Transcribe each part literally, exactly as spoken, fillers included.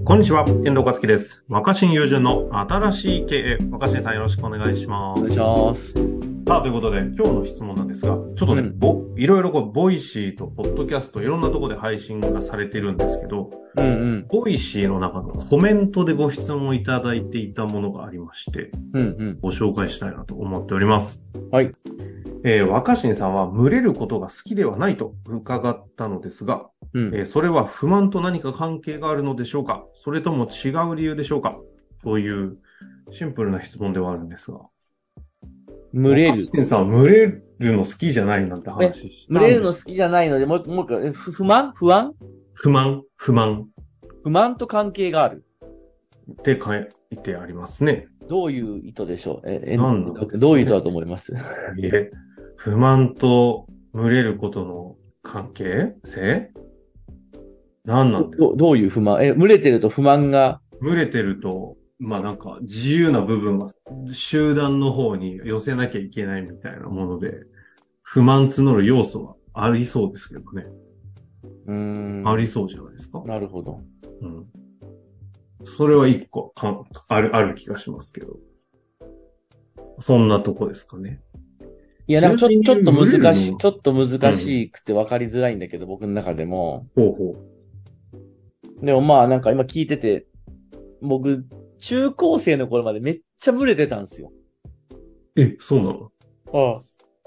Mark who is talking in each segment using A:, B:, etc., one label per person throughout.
A: こんにちは、遠藤和樹です。若新友人の新しい経営。若新さんよろしくお願いします。
B: お願いします。
A: さあ、ということで、今日の質問なんですが、ちょっとね、うん、ぼいろいろこう、ボイシーとポッドキャスト、いろんなところで配信がされてるんですけど、
B: うんうん、
A: ボイシーの中のコメントでご質問をいただいていたものがありまして、
B: うんうん、
A: ご紹介したいなと思っております。
B: はい。
A: えー、若新さんは群れることが好きではないと伺ったのですが、うんえー、それは不満と何か関係があるのでしょうか、それとも違う理由でしょうか、というシンプルな質問ではあるんですが。
B: 群れる。
A: 若新さんは群れるの好きじゃないなんて話したんです。
B: 群れるの好きじゃないので、もう、もう一回、不満不安
A: 不満不満。
B: 不満と関係がある。
A: って書いてありますね。
B: どういう意図でしょうえ、え、
A: なんなんですかね、
B: どういう意図だと思います
A: え、不満と群れることの関係性何なんですか？
B: ど, どういう不満え、群れてると不満が。
A: 群れてると、まあなんか自由な部分は集団の方に寄せなきゃいけないみたいなもので、不満募る要素はありそうですけどね。
B: うーん。
A: ありそうじゃないですか。
B: なるほど。
A: うん。それは一個かある、ある気がしますけど。そんなとこですかね。
B: いや、なんかちょ、ちょっと難しい、ちょっと難しくて分かりづらいんだけど、うん、僕の中でも。
A: ほうほ
B: う。でもまあなんか今聞いてて、僕、中高生の頃までめっちゃ群れてたんですよ。
A: え、そうなの？
B: あ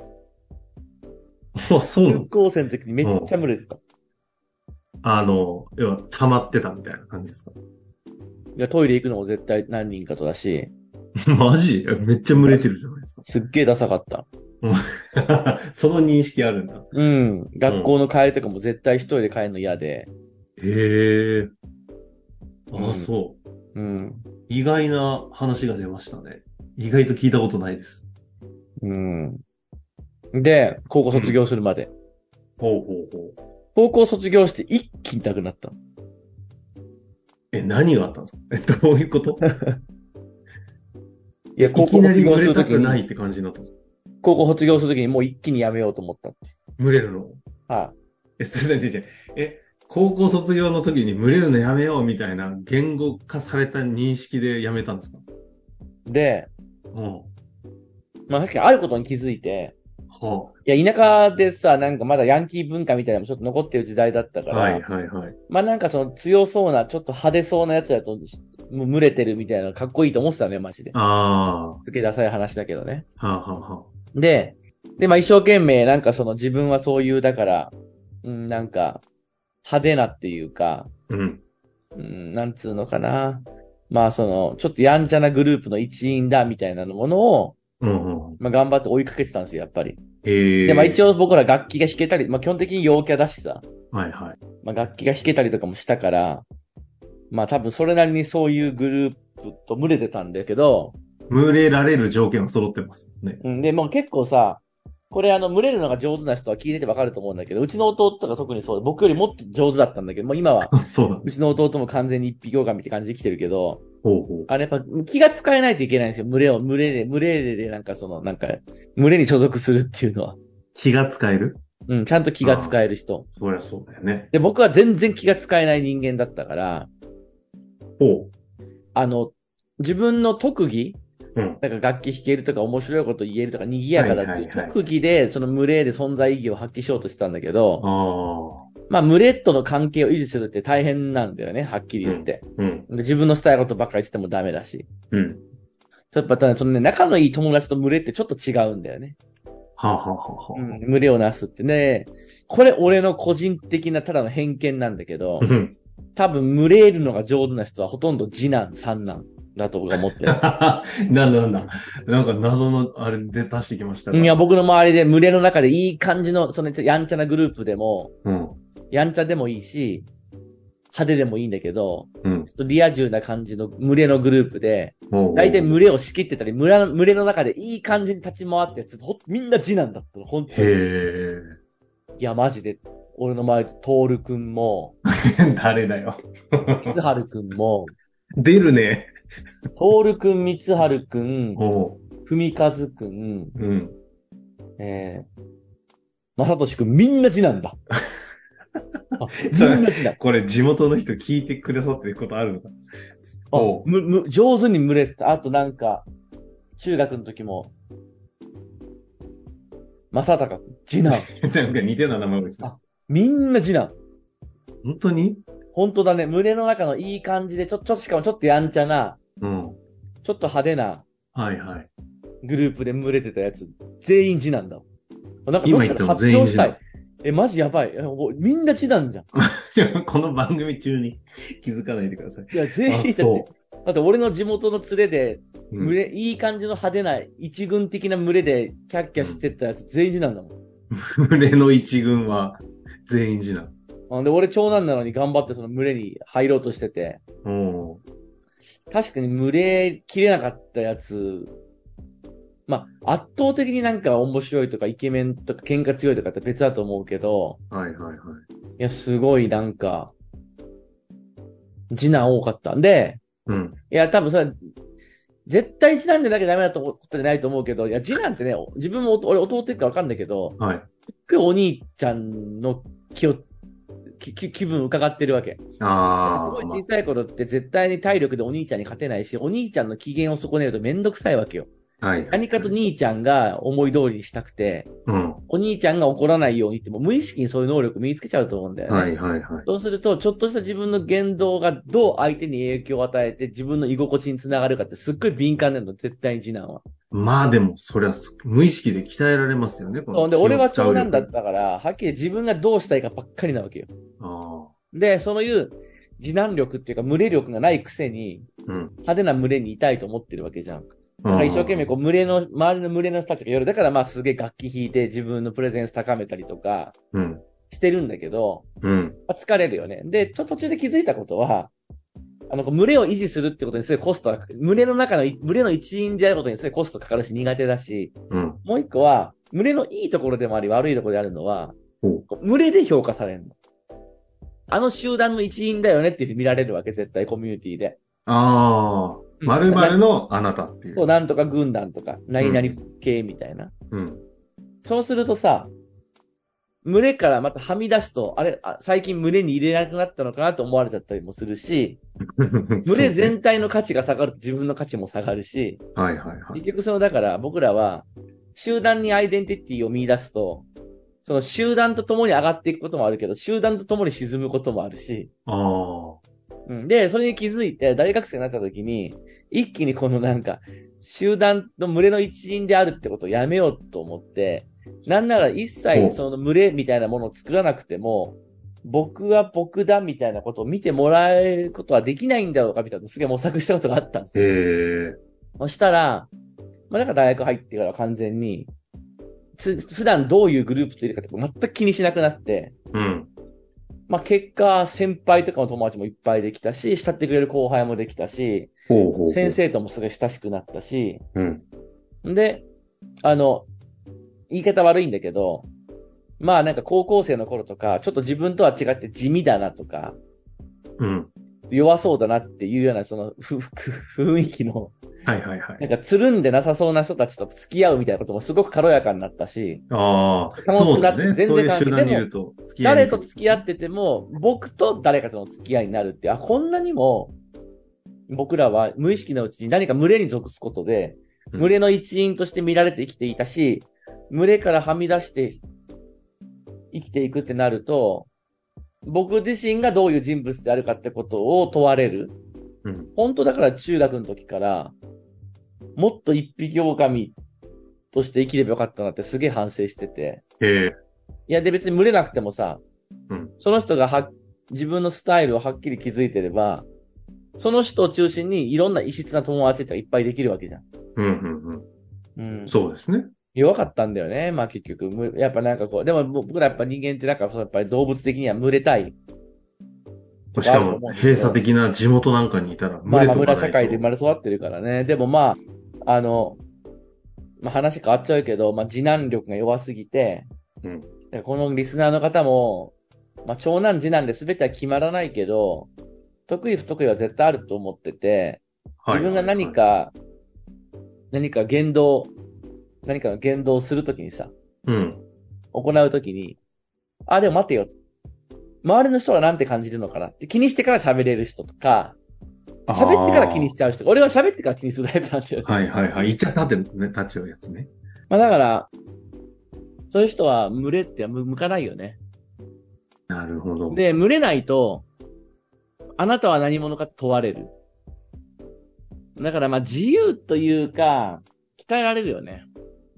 A: あ。あ、そうなの？
B: 中高生の時にめっちゃ群れてた。
A: あの、要は溜まってたみたいな感じですか？
B: いや、トイレ行くのも絶対何人かとだし。
A: マジ？めっちゃ群れてるじゃないですか。
B: すっげえダサかった。
A: その認識あるんだ。
B: うん。学校の帰りとかも絶対一人で帰るの嫌で。
A: へえ。あ、うん、そう。
B: うん。
A: 意外な話が出ましたね。意外と聞いたことないです。
B: うん。で、高校卒業するまで。
A: うん、ほうほうほう。
B: 高校卒業して一気にいなくなった。
A: え、何があったんですか？え、どういうこと？
B: いや、高校卒業するときに。いきなり群れた
A: くないって感じになったんですか？
B: 高校卒業するときにもう一気にやめようと思ったって。
A: 群れるの？
B: はい、あ。
A: え、すいません、え、高校卒業の時に群れるのやめようみたいな言語化された認識でやめたんですか？
B: で、
A: うん。
B: まあ確かにあることに気づいて、
A: はあ、
B: いや、田舎でさ、なんかまだヤンキー文化みたいなのもちょっと残ってる時代だったから、
A: はいはいはい。
B: まあなんかその強そうな、ちょっと派手そうなやつだと、群れてるみたいなかっこいいと思ってたね、マジで。
A: ああ。
B: すげえダサい話だけどね。
A: はあはあはあ。
B: で、で、まあ一生懸命なんかその自分はそういう、だから、うん、なんか、派手なっていうか、
A: うん。
B: うん、なんつうのかな。まあその、ちょっとやんちゃなグループの一員だみたいなものを、
A: うんうん、
B: まあ頑張って追いかけてたんですよ、やっぱり。
A: へえ。
B: で、まあ一応僕ら楽器が弾けたり、まあ基本的に陽キャだしさ。
A: はいはい。
B: まあ楽器が弾けたりとかもしたから、まあ多分それなりにそういうグループと群れてたんだけど。
A: 群れられる条件は揃ってますね。
B: うん。で、もう結構さ、これあの、群れるのが上手な人は聞いててわかると思うんだけど、うちの弟とか特にそうで、僕よりもっと上手だったんだけど、もう今は、
A: そうだ。
B: うちの弟も完全に一匹狼って感じで来てるけど、
A: ほうほう。
B: あれやっぱ気が使えないといけないんですよ。群れを、群れで、群れでなんかその、なんか、群れに所属するっていうのは。
A: 気が使える？
B: うん、ちゃんと気が使える人。
A: そりゃそうだよね。
B: で、僕は全然気が使えない人間だったから、
A: ほう。
B: あの、自分の特技、
A: うん、
B: なんか楽器弾けるとか面白いこと言えるとか賑やかだっていう特技でその群れで存在意義を発揮しようとしてたんだけど、あまあ群れとの関係を維持するって大変なんだよね、はっきり言って。うんうん、で自分のしたいことばっかり言っててもダメだし。うん。ちょっとまたそのね、仲のいい友達と群れってちょっと違うんだよね。
A: はあ、はあはあ、うん。
B: 群れをなすってね。これ俺の個人的なただの偏見なんだけど、うん、多分群れるのが上手な人はほとんど次男、三男。だと僕は思ってる。
A: なんだなんだ。なんか謎のあれで出してきましたか。
B: いや、僕の周りで群れの中でいい感じの、そのやんちゃなグループでも、うん、やんちゃでもいいし、派手でもいいんだけど、うん、ちょっとリア充な感じの群れのグループで、大体群れを仕切ってたり、群れ群れの中でいい感じに立ち回って、みんな次男だったの、本当に。へー。いや、マジで、俺の周り、トールくんも、
A: 誰だよ。
B: 水春くんも、
A: 出るね。
B: トールくん、三春くん、ふみかずくん、うん、えー、まさとしくん、みんな次男だ。 あ、みんな次男。
A: これ地元の人聞いてくださってることあるのか。
B: あ、む、む、上手に群れてた。あとなんか、中学の時も、正隆君、次男。
A: なんか似てる名前ですね。
B: あ、みんな次男。
A: 本当に？
B: 本当だね。群れの中のいい感じで、ちょ、ちょっと、しかもちょっとやんちゃな、
A: うん。
B: ちょっと派手な、
A: はいはい。
B: グループで群れてたやつ、全員次男だ。なんか
A: 今言っても全員次男。
B: え、マジやばい。みんな次男じゃん。
A: この番組中に気づかないでください。
B: いや、全員だって。だって俺の地元の連れで、群れ、うん、いい感じの派手な一軍的な群れでキャッキャしてたやつ全員次男だも
A: ん。群れの一軍は全員次男。
B: で、俺長男なのに頑張ってその群れに入ろうとしてて。確かに群れ切れなかったやつ、まあ、圧倒的になんか面白いとかイケメンとか喧嘩強いとかって別だと思うけど。
A: はいはいはい。い
B: や、すごいなんか、次男多かったんで、
A: うん。
B: いや、多分それ、絶対次男じゃなきゃダメだと思ってないと思うけど、いや、次男ってね、自分も俺弟ってかわかんないけど、
A: はい。
B: お兄ちゃんの気を、気、気分伺ってるわけ。
A: ああ。
B: すごい小さい頃って絶対に体力でお兄ちゃんに勝てないし、お兄ちゃんの機嫌を損ねるとめんどくさいわけよ。
A: はい。
B: 何かと兄ちゃんが思い通りにしたくて、
A: うん。
B: お兄ちゃんが怒らないようにっても無意識にそういう能力身につけちゃうと思うんだよね。
A: はいはいはい。
B: そうすると、ちょっとした自分の言動がどう相手に影響を与えて自分の居心地につながるかってすっごい敏感なの、絶対に次男は。
A: まあでも、それは無意識で鍛えられますよね、
B: このそうで、俺は長男だったから、はっきり自分がどうしたいかばっかりなわけよ。
A: あ
B: で、そういう次男力っていうか群れ力がないくせに、うん、派手な群れにいたいと思ってるわけじゃん。だから一生懸命こう群れの、周りの群れの人たちが夜、だからまあすげえ楽器弾いて自分のプレゼンス高めたりとか、してるんだけど、うん。まあ、疲れるよね。で、ちょっと途中で気づいたことは、あの、群れを維持するってことにすごいコストがかかる。群れの中の、群れの一員であることにすごいコストかかるし苦手だし、うん。もう一個は、群れのいいところでもあり悪いところであるのは、群れで評価されるの。あの集団の一員だよねっていうふうに見られるわけ、絶対コミュニティで。
A: ああ。〇〇のあなたっていう。
B: そう、なんとか軍団とか、何々系みたいな。うん。うん、そうするとさ、群れからまたはみ出すと、あれ、あ最近群れに入れなくなったのかなと思われちゃったりもするし、群れ全体の価値が下がると自分の価値も下がるし、
A: はいはいはい。
B: 結局その、だから僕らは、集団にアイデンティティを見出すと、その集団と共に上がっていくこともあるけど、集団と共に沈むこともあるし、ああ。うん。で、それに気づいて大学生になった時に、一気にこのなんか、集団の群れの一員であるってことをやめようと思って、なんなら一切その群れみたいなものを作らなくても、僕は僕だみたいなことを見てもらえることはできないんだろうかみたいなすげえ模索したことがあったんですよ。へー。そしたら、まあだから大学入ってから完全に、普段どういうグループといるかって全く気にしなくなって、うん。まあ結果、先輩とかの友達もいっぱいできたし、慕ってくれる後輩もできたし、ほうほうほう先生ともすごい親しくなったし、うん。で、あの、言い方悪いんだけど、まあなんか高校生の頃とか、ちょっと自分とは違って地味だなとか、うん。弱そうだなっていうようなそのふふ雰囲気の、はいはいはい。なんかつるんでなさそうな人たちと付き合うみたいなこともすごく軽やかになったし、ああ、楽しくなって、ね、全然関係ない。でも、誰と付き合ってても、僕と誰かとの付き合いになるって、あ、こんなにも、僕らは無意識のうちに何か群れに属すことで、群れの一員として見られて生きていたし、群れからはみ出して生きていくってなると、僕自身がどういう人物であるかってことを問われる。うん、本当だから中学の時から、もっと一匹狼として生きればよかったなってすげえ反省してて。へえ。いやで別に群れなくてもさ、うん、その人がは自分のスタイルをはっきり気づいてれば、その人を中心にいろんな異質な友達っていっぱいできるわけじゃん。うんうんうん。うん、そうですね。弱かったんだよね。まあ結局。やっぱなんかこう、でも僕らやっぱ人間ってなんかやっぱり動物的には群れたい。
A: しかも閉鎖的な地元なんかにいたら群れとかないと。まあ
B: 村社会で生まれ育ってるからね。でもまあ、あの、まあ話変わっちゃうけど、まあ次男力が弱すぎて、うん、このリスナーの方も、まあ長男次男で全ては決まらないけど、得意不得意は絶対あると思ってて、自分が何か、はいはいはい、何か言動、何かの言動をするときにさ、うん。行うときに、あ、でも待てよ。 周りの人はなんて感じるのかなって気にしてから喋れる人とか、喋ってから気にしちゃう人。俺は喋ってから気にするタイプなんだよね。
A: はいはいはい。言っちゃったってね、立っちゃうやつね。
B: まあだから、そういう人は群れって向かないよね。
A: なるほど。
B: で、群れないと、あなたは何者か問われる。だからまあ自由というか、鍛えられるよね。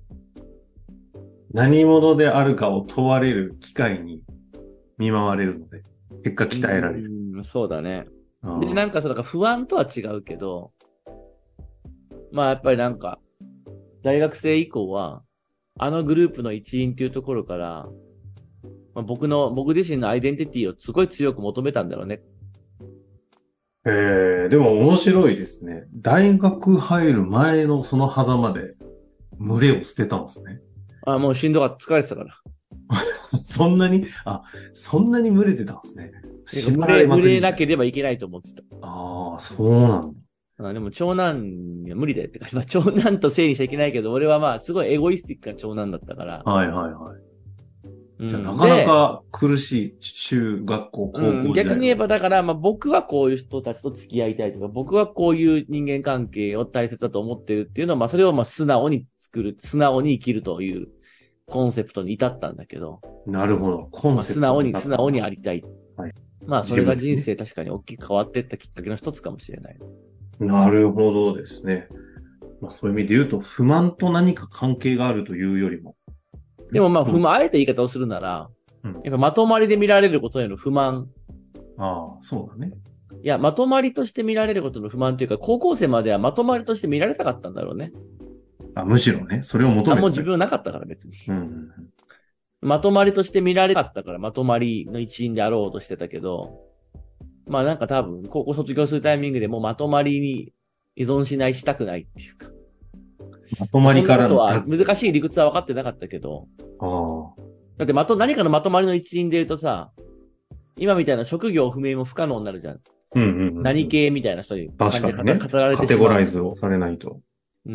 A: 何者であるかを問われる機会に見舞われるので、結果鍛えられる。
B: うん、そうだね。で、なんかそう、だから不安とは違うけど、まあやっぱりなんか、大学生以降は、あのグループの一員っていうところから、まあ、僕の、僕自身のアイデンティティをすごい強く求めたんだろうね。
A: ええー、でも面白いですね。大学入る前のその狭間で、群れを捨てたんですね。
B: あ、もうしんどかった、疲れてたから。
A: そんなに、あ、そんなに群れてたんですね。
B: 群れ、群れなければいけないと思ってた。
A: ああ、そうなんだ。
B: あでも長男には無理だよってか、まあ、長男と整理しちゃいけないけど、俺はまあすごいエゴイスティックな長男だったから。
A: はいはいはい。うん、じゃあなかなか苦しい中学校、高校時代、うん、
B: 逆に言えばだから、まあ僕はこういう人たちと付き合いたいとか、僕はこういう人間関係を大切だと思ってるっていうのは、まあそれをまあ素直に作る、素直に生きるというコンセプトに至ったんだけど。
A: なるほど。コンセプト、
B: まあ、素直に、素直にありたい。はい。まあそれが人生確かに大きく変わっていったきっかけの一つかもしれない。
A: なるほどですね。まあそういう意味で言うと、不満と何か関係があるというよりも。
B: でもまあ不満、あえて言い方をするなら、うん、やっぱまとまりで見られることへの不満。
A: ああ、そうだね。
B: いや、まとまりとして見られることの不満というか、高校生まではまとまりとして見られたかったんだろうね。
A: あ、むしろね、それを求めてた。
B: あ、もう自分なかったから別に。
A: うんうんうん、
B: まとまりとして見られなかったから、まとまりの一員であろうとしてたけど、まあなんか多分、高校卒業するタイミングでもうまとまりに依存しない、したくないっていうか。
A: まとまりからの。
B: そんなことは難しい理屈は分かってなかったけど。
A: ああ。
B: だってまと、何かのまとまりの一員で言うとさ、今みたいな職業不明も不可能になるじゃん。
A: うんうん、うん。
B: 何系みたいな人に
A: 確かにね。語られてしまう。カテゴライズをされないと。
B: うん。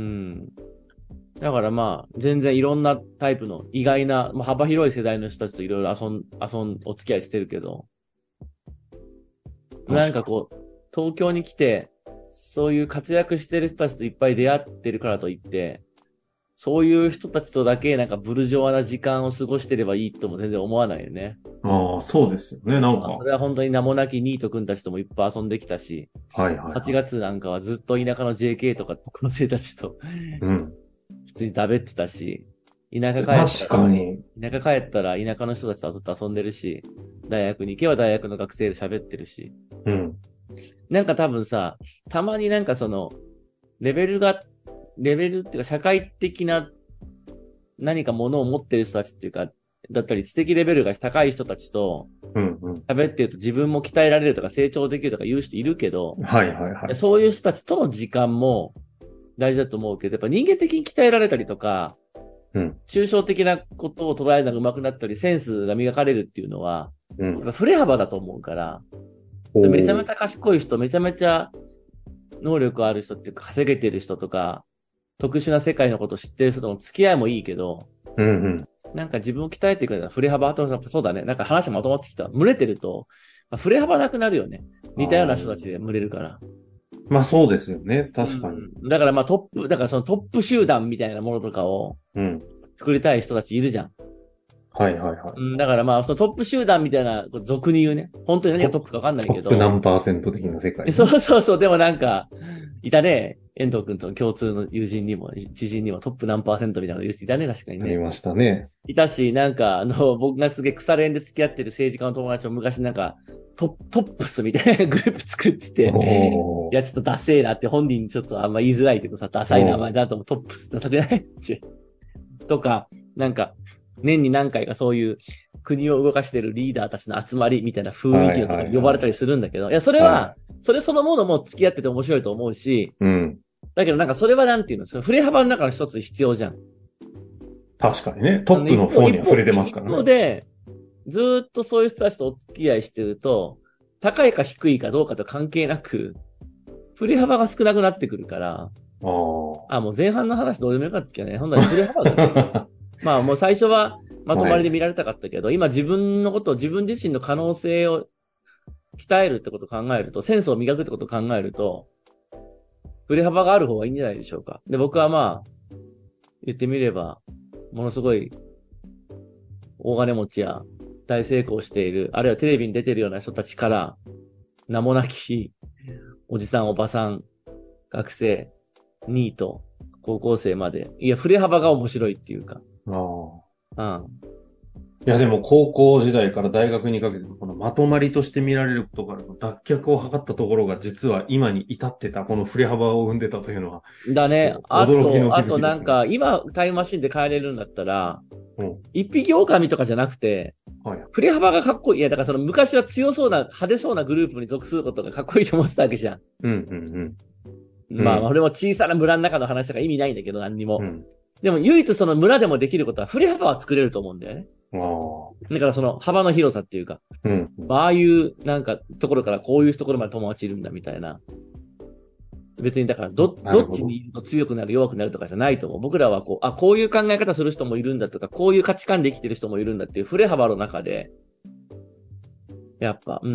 B: だからまあ、全然いろんなタイプの意外な、まあ、幅広い世代の人たちといろいろ遊ん、遊ん、お付き合いしてるけど、なんかこう、東京に来て、そういう活躍してる人たちといっぱい出会ってるからといって、そういう人たちとだけなんかブルジョワな時間を過ごしてればいいとも全然思わないよね。
A: ああ、そうですよね、なんか。
B: それは本当に名もなきニート君たちともいっぱい遊んできたし、
A: はいはい、はい。
B: はちがつなんかはずっと田舎の ジェーケー とか高校生たちと、うん。普通に食べてたし、田舎帰ったら、
A: 確かに。
B: 田舎帰ったら田舎の人たちとずっと遊んでるし、大学に行けば大学の学生で喋ってるし。
A: うん。
B: なんか多分さ、たまになんかその、レベルが、レベルっていうか社会的な何かものを持ってる人たちっていうか、だったり知的レベルが高い人たちと、喋ってると自分も鍛えられるとか成長できるとか言う人いるけど、
A: はいはいはい。
B: そういう人たちとの時間も大事だと思うけど、やっぱ人間的に鍛えられたりとか、うん、抽象的なことを捉えるのが上手くなったり、センスが磨かれるっていうのは、うん、やっぱ振れ幅だと思うから、めちゃめちゃ賢い人、めちゃめちゃ能力ある人っていうか稼げてる人とか、特殊な世界のことを知ってる人との付き合いもいいけど、
A: うんうん、
B: なんか自分を鍛えていくような振れ幅と、そうだね。なんか話まとまってきた。群れてると、まあ、振れ幅なくなるよね。似たような人たちで群れるから。
A: まあそうですよね。確かに。
B: うん、だからまあトップ、だからそのトップ集団みたいなものとかを、作りたい人たちいるじゃん。
A: はいはいはい。
B: うん、だからまあそのトップ集団みたいな、俗に言うね。本当に何がトップかわかんないけど。
A: トップ何パーセント的な世界、ね。
B: そうそうそう。でもなんか、いたね。遠藤くんとの共通の友人にも、知人にもトップ何パーセントみたいなの言う人いたね、確かにね。
A: ありましたね。
B: いたし、なんか、あの、僕がすげえ腐れ縁で付き合ってる政治家の友達も昔なんか、トトップスみたいなグループ作ってて、いや、ちょっとダセーなって本人にちょっとあんま言いづらいけどさ、ダサい名前だともトップスってダサくないってとか、なんか、年に何回かそういう国を動かしてるリーダーたちの集まりみたいな雰囲気のところに呼ばれたりするんだけど、いや、それは、はい、それそのものも付き合ってて面白いと思うし、
A: うん。
B: だけどなんかそれはなんていうの、その振れ幅の中の一つ必要じゃん。
A: 確かにね。トップの方には触れてますからね。
B: 一方で、ずーっとそういう人たちとお付き合いしてると、高いか低いかどうかと関係なく、振れ幅が少なくなってくるから、ああ、もう前半の話どうでもよかったっけね。ほんとに振れ幅が。まあもう最初は、 まとまりで見られたかったけど、はい、今自分のことを、自分自身の可能性を鍛えるってことを考えると、センスを磨くってことを考えると、振れ幅がある方がいいんじゃないでしょうか。で、僕はまあ、言ってみれば、ものすごい、大金持ちや大成功している、あるいはテレビに出てるような人たちから、名もなき、おじさん、おばさん、学生、ニート、高校生まで。いや、振れ幅が面白いっていうか。
A: ああ。うん。いや、でも高校時代から大学にかけてこのまとまりとして見られることからの脱却を図ったところが実は今に至ってた、この振れ幅を生んでたというのは。
B: だね。あと、あとなんか、今タイムマシンで帰れるんだったら、うん、一匹狼とかじゃなくて、はい、振れ幅がかっこいい。いや、だからその昔は強そうな、派手そうなグループに属することがかっこいいと思ってたわけじゃん。
A: うんうん
B: うん。まあ、俺も小さな村の中の話とか意味ないんだけど、何にも。うん、でも唯一その村でもできることは振れ幅は作れると思うんだよね。あだからその幅の広さっていうか、うんまあ、ああいうなんかところからこういうところまで友達いるんだみたいな。別にだからど、どっちにいると強くなる弱くなるとかじゃないと思う。僕らはこう、あ、こういう考え方する人もいるんだとか、こういう価値観で生きてる人もいるんだっていう振れ幅の中で、やっぱ、うん、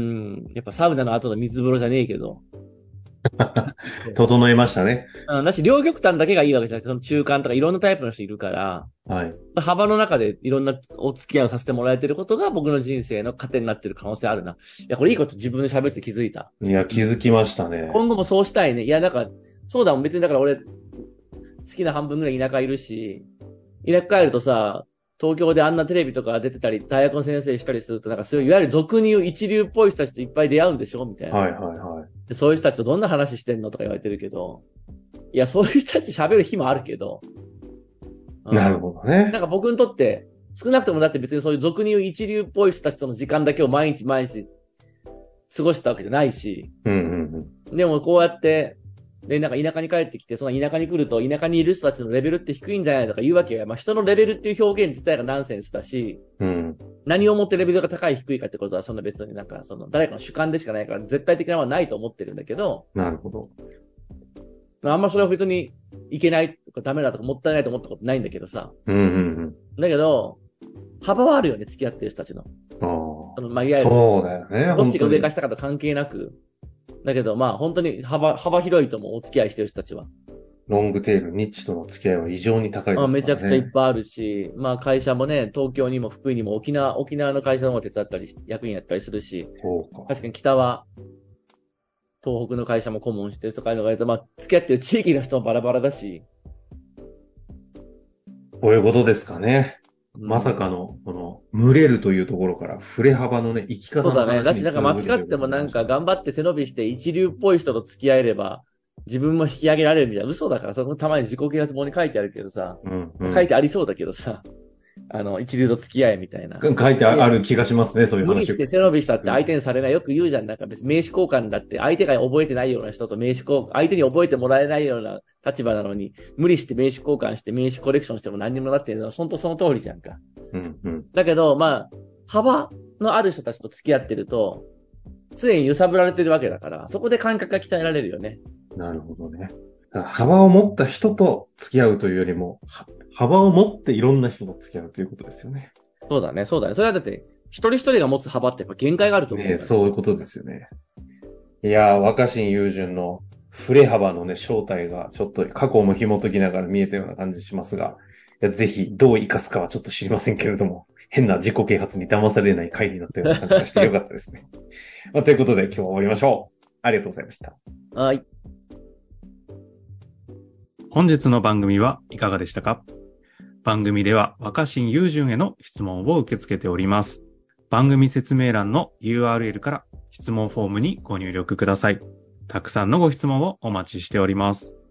B: やっぱサウナの後の水風呂じゃねえけど。
A: 整えましたね。
B: うん、だし、両極端だけがいいわけじゃなくて、その中間とかいろんなタイプの人いるから、はい。幅の中でいろんなお付き合いをさせてもらえてることが僕の人生の糧になってる可能性あるな。いや、これいいこと自分で喋って気づいた。
A: いや、気づきましたね。
B: 今後もそうしたいね。いや、なんか、そうだもん。別にだから俺、好きな半分ぐらい田舎いるし、田舎帰るとさ、東京であんなテレビとか出てたり、大学の先生したりすると、なんかそういう、いわゆる俗に言う一流っぽい人たちといっぱい出会うんでしょみたいな。はいはいはい。でそういう人たちとどんな話してんのとか言われてるけど、いや、そういう人たち喋る日もあるけど。
A: なるほどね。
B: なんか僕にとって、少なくともだって別にそういう俗に言う一流っぽい人たちとの時間だけを毎日毎日過ごしたわけじゃないし。うんうんうん。でもこうやって、で、なんか田舎に帰ってきて、その田舎に来ると、田舎にいる人たちのレベルって低いんじゃないとか言うわけよ。まあ人のレベルっていう表現自体がナンセンスだし、うん、何をもってレベルが高い低いかってことは、そんな別になんか、その誰かの主観でしかないから、絶対的なものはないと思ってるんだけど、
A: なるほど。
B: あんまそれは別にいけないとかダメだとかもったいないと思ったことないんだけどさ。
A: うんうんうん。
B: だけど、幅はあるよね、付き合ってる人たちの。ああ。まあ、いわゆる。
A: そうだよね。
B: どっちが上か下かと関係なく。だけど、まあ本当に幅、幅広いと思う、お付き合いしてる人たちは。
A: ロングテール、ニッチとの付き合いは異常に高いですからね。
B: あめちゃくちゃいっぱいあるし、まあ会社もね、東京にも福井にも沖縄、沖縄の会社の方手伝ったり、役員やったりするし。そうか。確かに北は、東北の会社も顧問してるとかいうのがいると、まあ付き合ってる地域の人もバラバラだし。
A: こういうことですかね。まさかの、この、群れるというところから、振れ幅のね、生き方の話に。
B: そうだね。だし、なんか間違ってもなんか頑張って背伸びして一流っぽい人と付き合えれば、自分も引き上げられるみたいな。嘘だから、そこたまに自己啓発本に書いてあるけどさ、うんうん、書いてありそうだけどさ、あの、一流と付き合えみたいな。
A: 書いてある気がしますね、そういう話。
B: 無理して背伸びしたって相手にされない。よく言うじゃん。なんか別に名刺交換だって、相手が覚えてないような人と名刺交換、相手に覚えてもらえないような立場なのに、無理して名刺交換して名刺コレクションしても何にもなってるのは、本当その通りじゃんか。うんうん。だけど、まあ、幅のある人たちと付き合ってると、常に揺さぶられてるわけだから、そこで感覚が鍛えられるよね。
A: なるほどね。幅を持った人と付き合うというよりも、幅を持っていろんな人と付き合うということですよね。
B: そうだね、そうだね。それはだって、一人一人が持つ幅ってやっぱ限界があると思う、
A: ね。そういうことですよね。いやー、若新雄純の振れ幅のね、正体がちょっと過去も紐解きながら見えたような感じしますが、いやぜひどう活かすかはちょっと知りませんけれども、変な自己啓発に騙されない回になったような感じがしてよかったですね。まあ、ということで今日は終わりましょう。ありがとうございました。
B: はい。
A: 本日の番組はいかがでしたか？番組では若新雄純への質問を受け付けております。番組説明欄の ユーアールエル から質問フォームにご入力ください。たくさんのご質問をお待ちしております。